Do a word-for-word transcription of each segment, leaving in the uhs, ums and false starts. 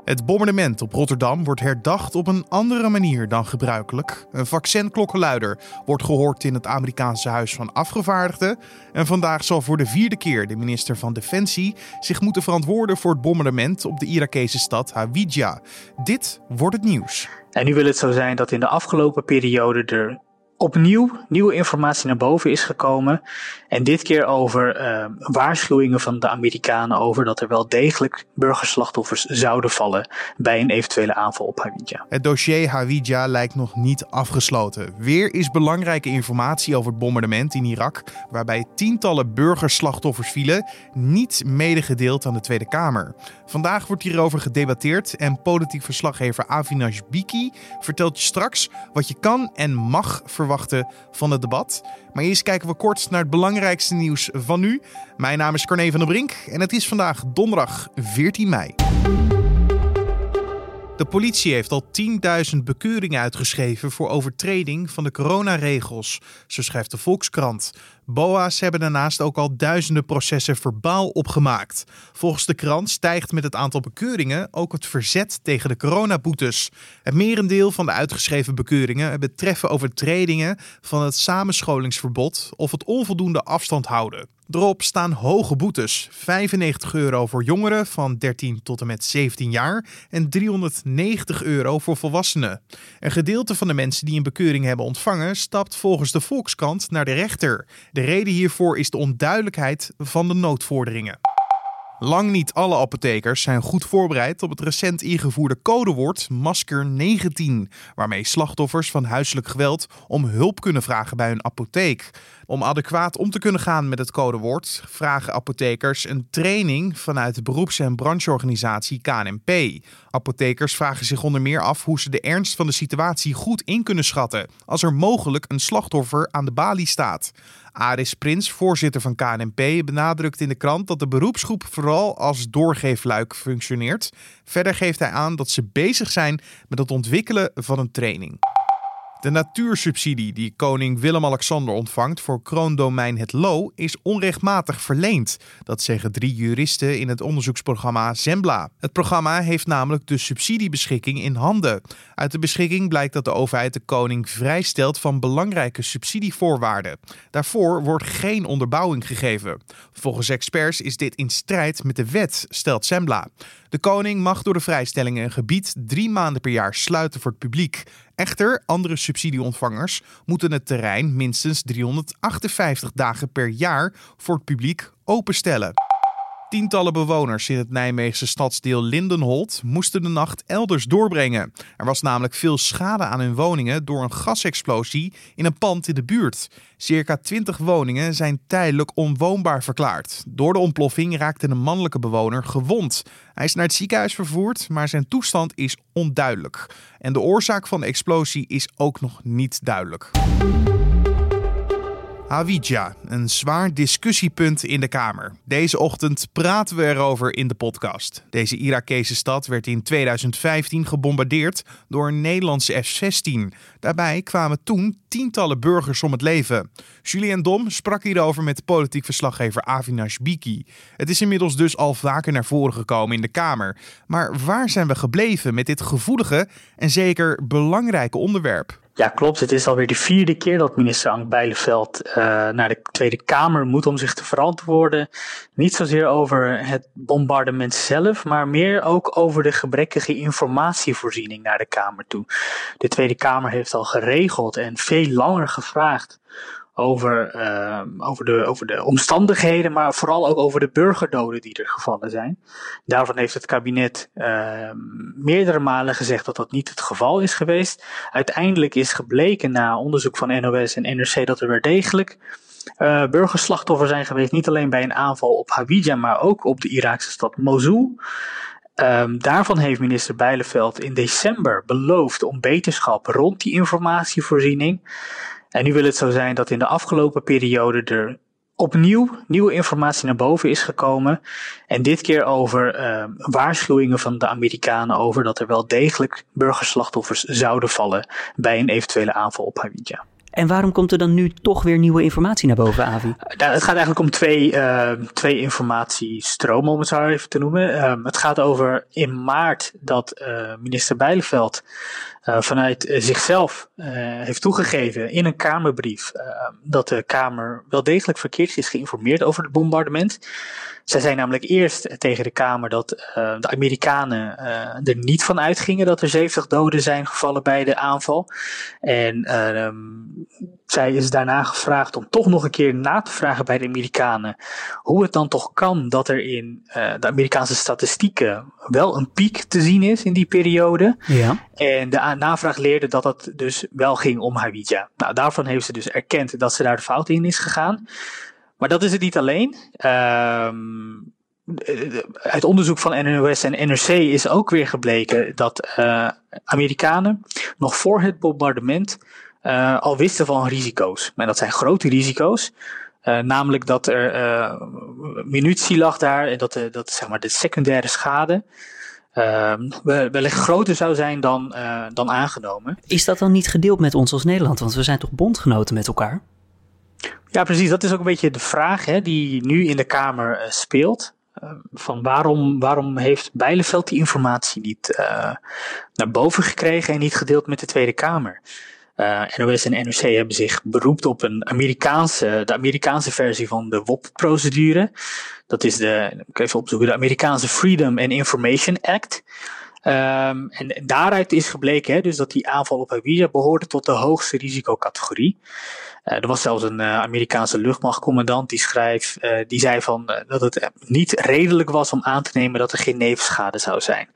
Het bombardement op Rotterdam wordt herdacht op een andere manier dan gebruikelijk. Een vaccinklokkenluider wordt gehoord in het Amerikaanse Huis van Afgevaardigden. En vandaag zal voor de vierde keer de minister van Defensie zich moeten verantwoorden voor het bombardement op de Irakese stad Hawija. Dit wordt het nieuws. En nu wil het zo zijn dat in de afgelopen periode er opnieuw nieuwe informatie naar boven is gekomen. En dit keer over uh, waarschuwingen van de Amerikanen over dat er wel degelijk burgerslachtoffers zouden vallen bij een eventuele aanval op Hawija. Het dossier Hawija lijkt nog niet afgesloten. Weer is belangrijke informatie over het bombardement in Irak, waarbij tientallen burgerslachtoffers vielen, niet medegedeeld aan de Tweede Kamer. Vandaag wordt hierover gedebatteerd en politiek verslaggever Avinash Biki vertelt je straks wat je kan en mag verwachten van het debat. Maar eerst kijken we kort naar het belangrijkste nieuws van nu. Mijn naam is Carne van der Brink en het is vandaag donderdag veertien mei. De politie heeft al tienduizend bekeuringen uitgeschreven voor overtreding van de coronaregels, zo schrijft de Volkskrant. B O A's hebben daarnaast ook al duizenden processen verbaal opgemaakt. Volgens de krant stijgt met het aantal bekeuringen ook het verzet tegen de coronaboetes. Het merendeel van de uitgeschreven bekeuringen betreffen overtredingen van het samenscholingsverbod of het onvoldoende afstand houden. Erop staan hoge boetes, vijfennegentig euro voor jongeren van dertien tot en met zeventien jaar en driehonderdnegentig euro voor volwassenen. Een gedeelte van de mensen die een bekeuring hebben ontvangen stapt volgens de Volkskrant naar de rechter. De reden hiervoor is de onduidelijkheid van de noodvorderingen. Lang niet alle apothekers zijn goed voorbereid op het recent ingevoerde codewoord masker negentien, waarmee slachtoffers van huiselijk geweld om hulp kunnen vragen bij hun apotheek. Om adequaat om te kunnen gaan met het codewoord vragen apothekers een training vanuit de beroeps- en brancheorganisatie K N M P. Apothekers vragen zich onder meer af hoe ze de ernst van de situatie goed in kunnen schatten als er mogelijk een slachtoffer aan de balie staat. Aris Prins, voorzitter van K N M P, benadrukt in de krant dat de beroepsgroep vooral als doorgeefluik functioneert. Verder geeft hij aan dat ze bezig zijn met het ontwikkelen van een training. De natuursubsidie die koning Willem-Alexander ontvangt voor kroondomein Het Loo is onrechtmatig verleend. Dat zeggen drie juristen in het onderzoeksprogramma Zembla. Het programma heeft namelijk de subsidiebeschikking in handen. Uit de beschikking blijkt dat de overheid de koning vrijstelt van belangrijke subsidievoorwaarden. Daarvoor wordt geen onderbouwing gegeven. Volgens experts is dit in strijd met de wet, stelt Zembla. De koning mag door de vrijstellingen een gebied drie maanden per jaar sluiten voor het publiek. Echter, andere subsidieontvangers moeten het terrein minstens driehonderdachtenvijftig dagen per jaar voor het publiek openstellen. Tientallen bewoners in het Nijmeegse stadsdeel Lindenholt moesten de nacht elders doorbrengen. Er was namelijk veel schade aan hun woningen door een gasexplosie in een pand in de buurt. Circa twintig woningen zijn tijdelijk onwoonbaar verklaard. Door de ontploffing raakte een mannelijke bewoner gewond. Hij is naar het ziekenhuis vervoerd, maar zijn toestand is onduidelijk. En de oorzaak van de explosie is ook nog niet duidelijk. Hawija, een zwaar discussiepunt in de Kamer. Deze ochtend praten we erover in de podcast. Deze Irakese stad werd in tweeduizend vijftien gebombardeerd door een Nederlandse F zestien. Daarbij kwamen toen tientallen burgers om het leven. Julien Dom sprak hierover met politiek verslaggever Avinash Biki. Het is inmiddels dus al vaker naar voren gekomen in de Kamer. Maar waar zijn we gebleven met dit gevoelige en zeker belangrijke onderwerp? Ja, klopt. Het is alweer de vierde keer dat minister Ank Bijleveld uh, naar de Tweede Kamer moet om zich te verantwoorden. Niet zozeer over het bombardement zelf, maar meer ook over de gebrekkige informatievoorziening naar de Kamer toe. De Tweede Kamer heeft al geregeld en veel langer gevraagd over, uh, over, de, over de omstandigheden, maar vooral ook over de burgerdoden die er gevallen zijn. Daarvan heeft het kabinet uh, meerdere malen gezegd dat dat niet het geval is geweest. Uiteindelijk is gebleken na onderzoek van N O S en N R C dat er wel degelijk uh, burgerslachtoffers zijn geweest. Niet alleen bij een aanval op Hawija, maar ook op de Iraakse stad Mosul. Um, daarvan heeft minister Bijleveld in december beloofd om beterschap rond die informatievoorziening. En nu wil het zo zijn dat in de afgelopen periode er opnieuw nieuwe informatie naar boven is gekomen. En dit keer over uh, waarschuwingen van de Amerikanen over dat er wel degelijk burgerslachtoffers zouden vallen bij een eventuele aanval op Hawija. En waarom komt er dan nu toch weer nieuwe informatie naar boven, Avi? Nou, het gaat eigenlijk om twee, uh, twee informatiestromen, om het zo even te noemen. Um, het gaat over in maart dat uh, minister Bijleveld uh, vanuit uh, zichzelf uh, heeft toegegeven in een Kamerbrief uh, dat de Kamer wel degelijk verkeerd is geïnformeerd over het bombardement. Zij zei namelijk eerst tegen de Kamer dat uh, de Amerikanen uh, er niet van uitgingen dat er zeventig doden zijn gevallen bij de aanval. En uh, um, zij is daarna gevraagd om toch nog een keer na te vragen bij de Amerikanen hoe het dan toch kan dat er in uh, de Amerikaanse statistieken wel een piek te zien is in die periode. Ja. En de navraag leerde dat het dus wel ging om Hawija. Nou, daarvan heeft ze dus erkend dat ze daar de fout in is gegaan. Maar dat is het niet alleen. Um, uit onderzoek van N O S en N R C is ook weer gebleken dat uh, Amerikanen nog voor het bombardement uh, al wisten van risico's. En dat zijn grote risico's. Uh, namelijk dat er uh, munitie lag daar en dat, de, dat zeg maar de secundaire schade uh, wellicht groter zou zijn dan, uh, dan aangenomen. Is dat dan niet gedeeld met ons als Nederland? Want we zijn toch bondgenoten met elkaar? Ja, precies. Dat is ook een beetje de vraag hè, die nu in de Kamer uh, speelt. Uh, van waarom, waarom heeft Bijleveld die informatie niet uh, naar boven gekregen en niet gedeeld met de Tweede Kamer? Uh, N O S en N R C hebben zich beroept op een Amerikaanse, de Amerikaanse versie van de W O P-procedure. Dat is de, ik even opzoeken, de Amerikaanse Freedom and Information Act. Um, en daaruit is gebleken hè, dus dat die aanval op Hawija behoorde tot de hoogste risicocategorie. Uh, er was zelfs een uh, Amerikaanse luchtmachtcommandant die schrijft, uh, die zei van uh, dat het niet redelijk was om aan te nemen dat er geen nevenschade zou zijn.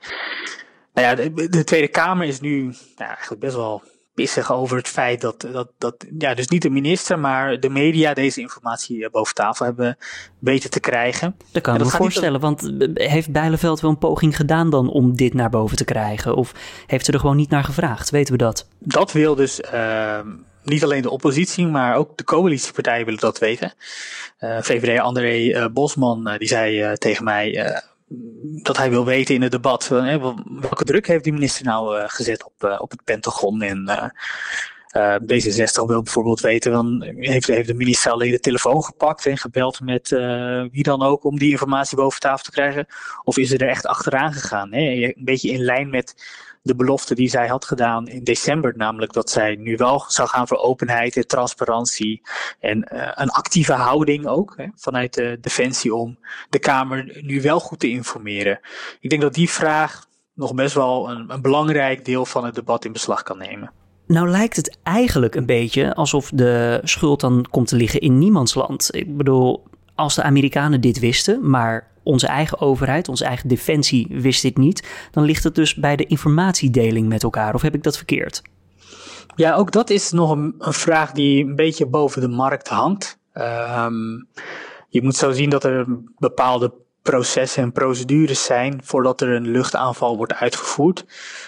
Nou ja, de, de Tweede Kamer is nu nou, eigenlijk best wel pissig over het feit dat, dat, dat ja, dus niet de minister, maar de media deze informatie boven tafel hebben weten te krijgen. Dat kan ik me voorstellen, dat... want heeft Bijleveld wel een poging gedaan dan om dit naar boven te krijgen? Of heeft ze er gewoon niet naar gevraagd? Weten we dat? Dat wil dus uh, niet alleen de oppositie, maar ook de coalitiepartijen willen dat weten. Uh, V V D André uh, Bosman uh, die zei uh, tegen mij uh, dat hij wil weten in het debat uh, welke druk heeft die minister nou uh, gezet op, uh, op het Pentagon. En uh, uh, D zesenzestig wil bijvoorbeeld weten, dan heeft, heeft de minister alleen de telefoon gepakt en gebeld met uh, wie dan ook om die informatie boven tafel te krijgen. Of is ze er echt achteraan gegaan? Hè? Een beetje in lijn met de belofte die zij had gedaan in december, namelijk dat zij nu wel zou gaan voor openheid en transparantie en uh, een actieve houding ook hè, vanuit de Defensie om de Kamer nu wel goed te informeren. Ik denk dat die vraag nog best wel een, een belangrijk deel van het debat in beslag kan nemen. Nou lijkt het eigenlijk een beetje alsof de schuld dan komt te liggen in niemands land. Ik bedoel, als de Amerikanen dit wisten, maar onze eigen overheid, onze eigen defensie wist dit niet, dan ligt het dus bij de informatiedeling met elkaar. Of heb ik dat verkeerd? Ja, ook dat is nog een, een vraag die een beetje boven de markt hangt. Um, je moet zo zien dat er bepaalde processen en procedures zijn voordat er een luchtaanval wordt uitgevoerd.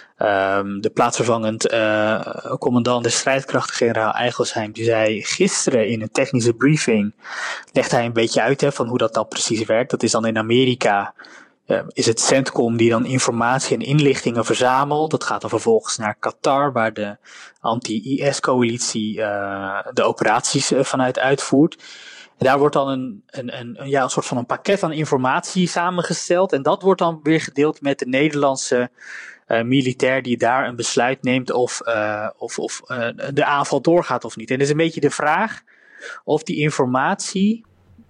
Um, de plaatsvervangend uh, commandant der strijdkrachten, generaal Eigelsheim, die zei gisteren in een technische briefing, legde hij een beetje uit hè, van hoe dat dan precies werkt. Dat is dan in Amerika, uh, is het CENTCOM die dan informatie en inlichtingen verzamelt. Dat gaat dan vervolgens naar Qatar, waar de anti-I S-coalitie uh, de operaties uh, vanuit uitvoert. En daar wordt dan een, een, een, ja, een soort van een pakket aan informatie samengesteld. En dat wordt dan weer gedeeld met de Nederlandse Uh, militair die daar een besluit neemt of, uh, of, of uh, de aanval doorgaat of niet. En het is een beetje de vraag of die informatie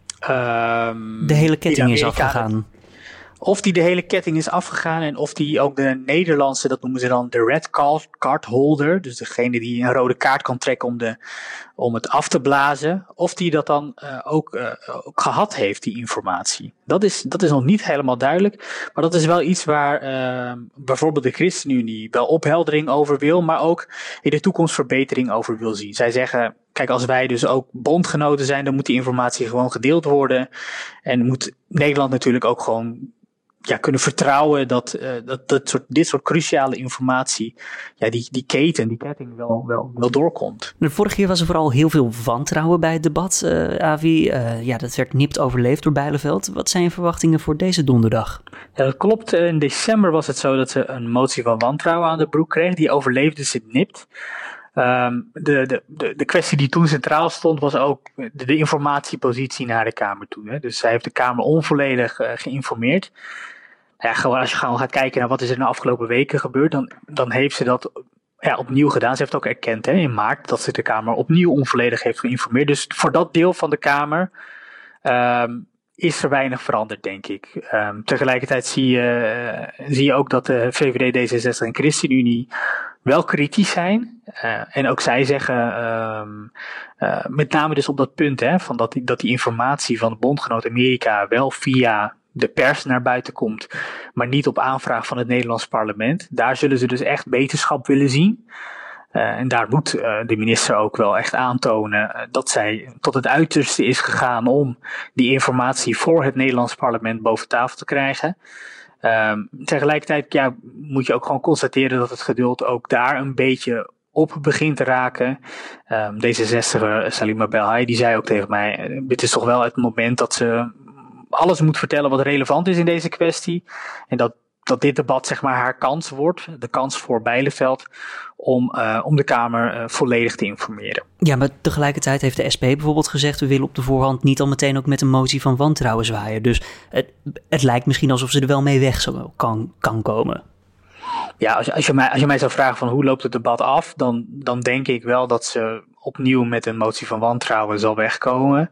Um, de hele ketting is afgegaan. Of die de hele ketting is afgegaan en of die ook de Nederlandse, dat noemen ze dan de red card, card holder, dus degene die een rode kaart kan trekken om, de, om het af te blazen, of die dat dan uh, ook, uh, ook gehad heeft, die informatie. Dat is, dat is nog niet helemaal duidelijk, maar dat is wel iets waar uh, bijvoorbeeld de ChristenUnie wel opheldering over wil, maar ook in de toekomst verbetering over wil zien. Zij zeggen, kijk, als wij dus ook bondgenoten zijn, dan moet die informatie gewoon gedeeld worden en moet Nederland natuurlijk ook gewoon ja, kunnen vertrouwen dat, uh, dat, dat soort, dit soort cruciale informatie, ja, die, die keten, die ketting wel, wel, wel doorkomt. De vorige keer was er vooral heel veel wantrouwen bij het debat, uh, Avi. Uh, ja, dat werd nipt overleefd door Bijleveld. Wat zijn je verwachtingen voor deze donderdag? Ja, dat klopt. In december was het zo dat ze een motie van wantrouwen aan de broek kreeg. Die overleefde ze nipt. Um, de, de, de, de kwestie die toen centraal stond was ook de, de informatiepositie naar de Kamer toe. Hè. Dus zij heeft de Kamer onvolledig uh, geïnformeerd. Ja, gewoon als je gewoon gaat kijken naar wat is er de afgelopen weken gebeurd, dan, dan heeft ze dat ja, opnieuw gedaan. Ze heeft ook erkend hè, in maart dat ze de Kamer opnieuw onvolledig heeft geïnformeerd. Dus voor dat deel van de Kamer um, is er weinig veranderd, denk ik. Um, tegelijkertijd zie je, uh, zie je ook dat de V V D, D zesenzestig en ChristenUnie wel kritisch zijn. Uh, en ook zij zeggen, um, uh, met name dus op dat punt, hè, van dat, die, dat die informatie van de bondgenoot Amerika wel via de pers naar buiten komt, maar niet op aanvraag van het Nederlands parlement. Daar zullen ze dus echt beterschap willen zien. Uh, en daar moet uh, de minister ook wel echt aantonen uh, dat zij tot het uiterste is gegaan om die informatie voor het Nederlands parlement boven tafel te krijgen. Um, tegelijkertijd ja, moet je ook gewoon constateren dat het geduld ook daar een beetje op begint te raken. Um, D zesenzestiger Salima Belhai, die zei ook tegen mij, uh, dit is toch wel het moment dat ze alles moet vertellen wat relevant is in deze kwestie. En dat, dat dit debat zeg maar haar kans wordt, de kans voor Bijleveld, om, uh, om de Kamer uh, volledig te informeren. Ja, maar tegelijkertijd heeft de S P bijvoorbeeld gezegd, we willen op de voorhand niet al meteen ook met een motie van wantrouwen zwaaien. Dus het, het lijkt misschien alsof ze er wel mee weg zo kan, kan komen. Ja, als, als, je mij, als je mij zou vragen van hoe loopt het debat af, dan, dan denk ik wel dat ze opnieuw met een motie van wantrouwen zal wegkomen.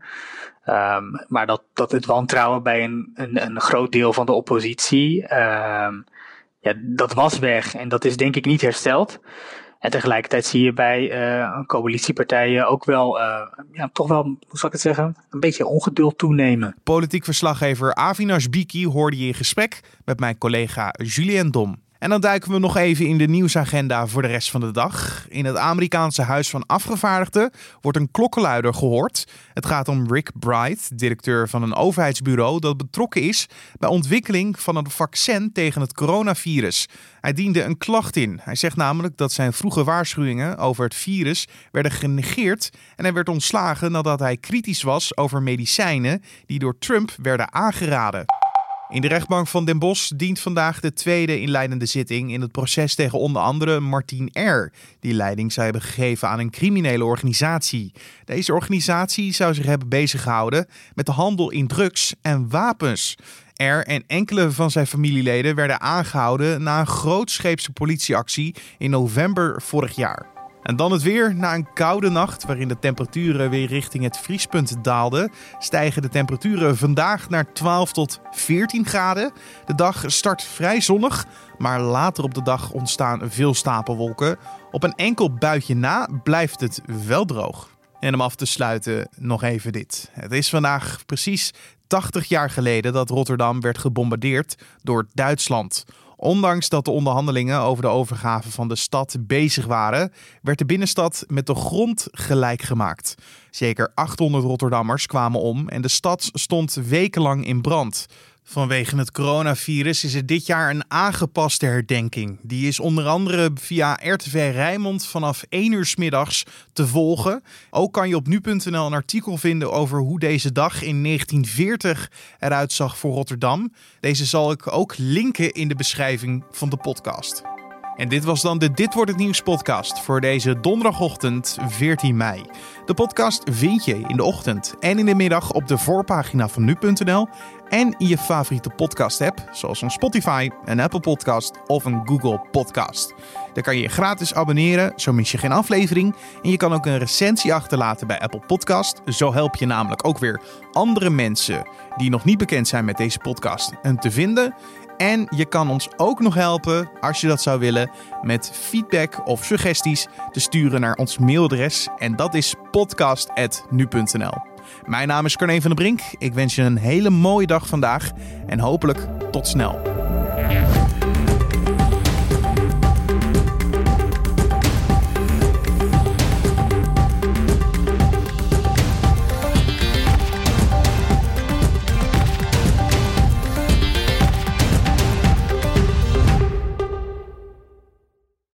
Um, maar dat, dat het wantrouwen bij een, een, een groot deel van de oppositie, um, ja, dat was weg en dat is denk ik niet hersteld. En tegelijkertijd zie je bij uh, coalitiepartijen ook wel, uh, ja, toch wel, hoe zal ik het zeggen, een beetje ongeduld toenemen. Politiek verslaggever Avinash Biki hoorde je in gesprek met mijn collega Julien Dom. En dan duiken we nog even in de nieuwsagenda voor de rest van de dag. In het Amerikaanse Huis van Afgevaardigden wordt een klokkenluider gehoord. Het gaat om Rick Bright, directeur van een overheidsbureau dat betrokken is bij ontwikkeling van een vaccin tegen het coronavirus. Hij diende een klacht in. Hij zegt namelijk dat zijn vroege waarschuwingen over het virus werden genegeerd en hij werd ontslagen nadat hij kritisch was over medicijnen die door Trump werden aangeraden. In de rechtbank van Den Bosch dient vandaag de tweede inleidende zitting in het proces tegen onder andere Martin R., die leiding zou hebben gegeven aan een criminele organisatie. Deze organisatie zou zich hebben beziggehouden met de handel in drugs en wapens. R. en enkele van zijn familieleden werden aangehouden na een grootscheepse politieactie in november vorig jaar. En dan het weer. Na een koude nacht waarin de temperaturen weer richting het vriespunt daalden, stijgen de temperaturen vandaag naar twaalf tot veertien graden. De dag start vrij zonnig, maar later op de dag ontstaan veel stapelwolken. Op een enkel buitje na blijft het wel droog. En om af te sluiten nog even dit. Het is vandaag precies tachtig jaar geleden dat Rotterdam werd gebombardeerd door Duitsland. Ondanks dat de onderhandelingen over de overgave van de stad bezig waren, werd de binnenstad met de grond gelijk gemaakt. Zeker achthonderd Rotterdammers kwamen om en de stad stond wekenlang in brand. Vanwege het coronavirus is er dit jaar een aangepaste herdenking. Die is onder andere via R T V Rijnmond vanaf één uur 's middags te volgen. Ook kan je op nu punt n l een artikel vinden over hoe deze dag in negentien veertig eruit zag voor Rotterdam. Deze zal ik ook linken in de beschrijving van de podcast. En dit was dan de Dit Wordt Het Nieuws podcast voor deze donderdagochtend veertien mei. De podcast vind je in de ochtend en in de middag op de voorpagina van nu punt n l en in je favoriete podcast app, zoals een Spotify, een Apple Podcast of een Google Podcast. Daar kan je je gratis abonneren, zo mis je geen aflevering. En je kan ook een recensie achterlaten bij Apple Podcast. Zo help je namelijk ook weer andere mensen die nog niet bekend zijn met deze podcast en te vinden. En je kan ons ook nog helpen, als je dat zou willen, met feedback of suggesties te sturen naar ons mailadres. En dat is podcast apenstaartje nu punt n l. Mijn naam is Carne van der Brink. Ik wens je een hele mooie dag vandaag en hopelijk tot snel.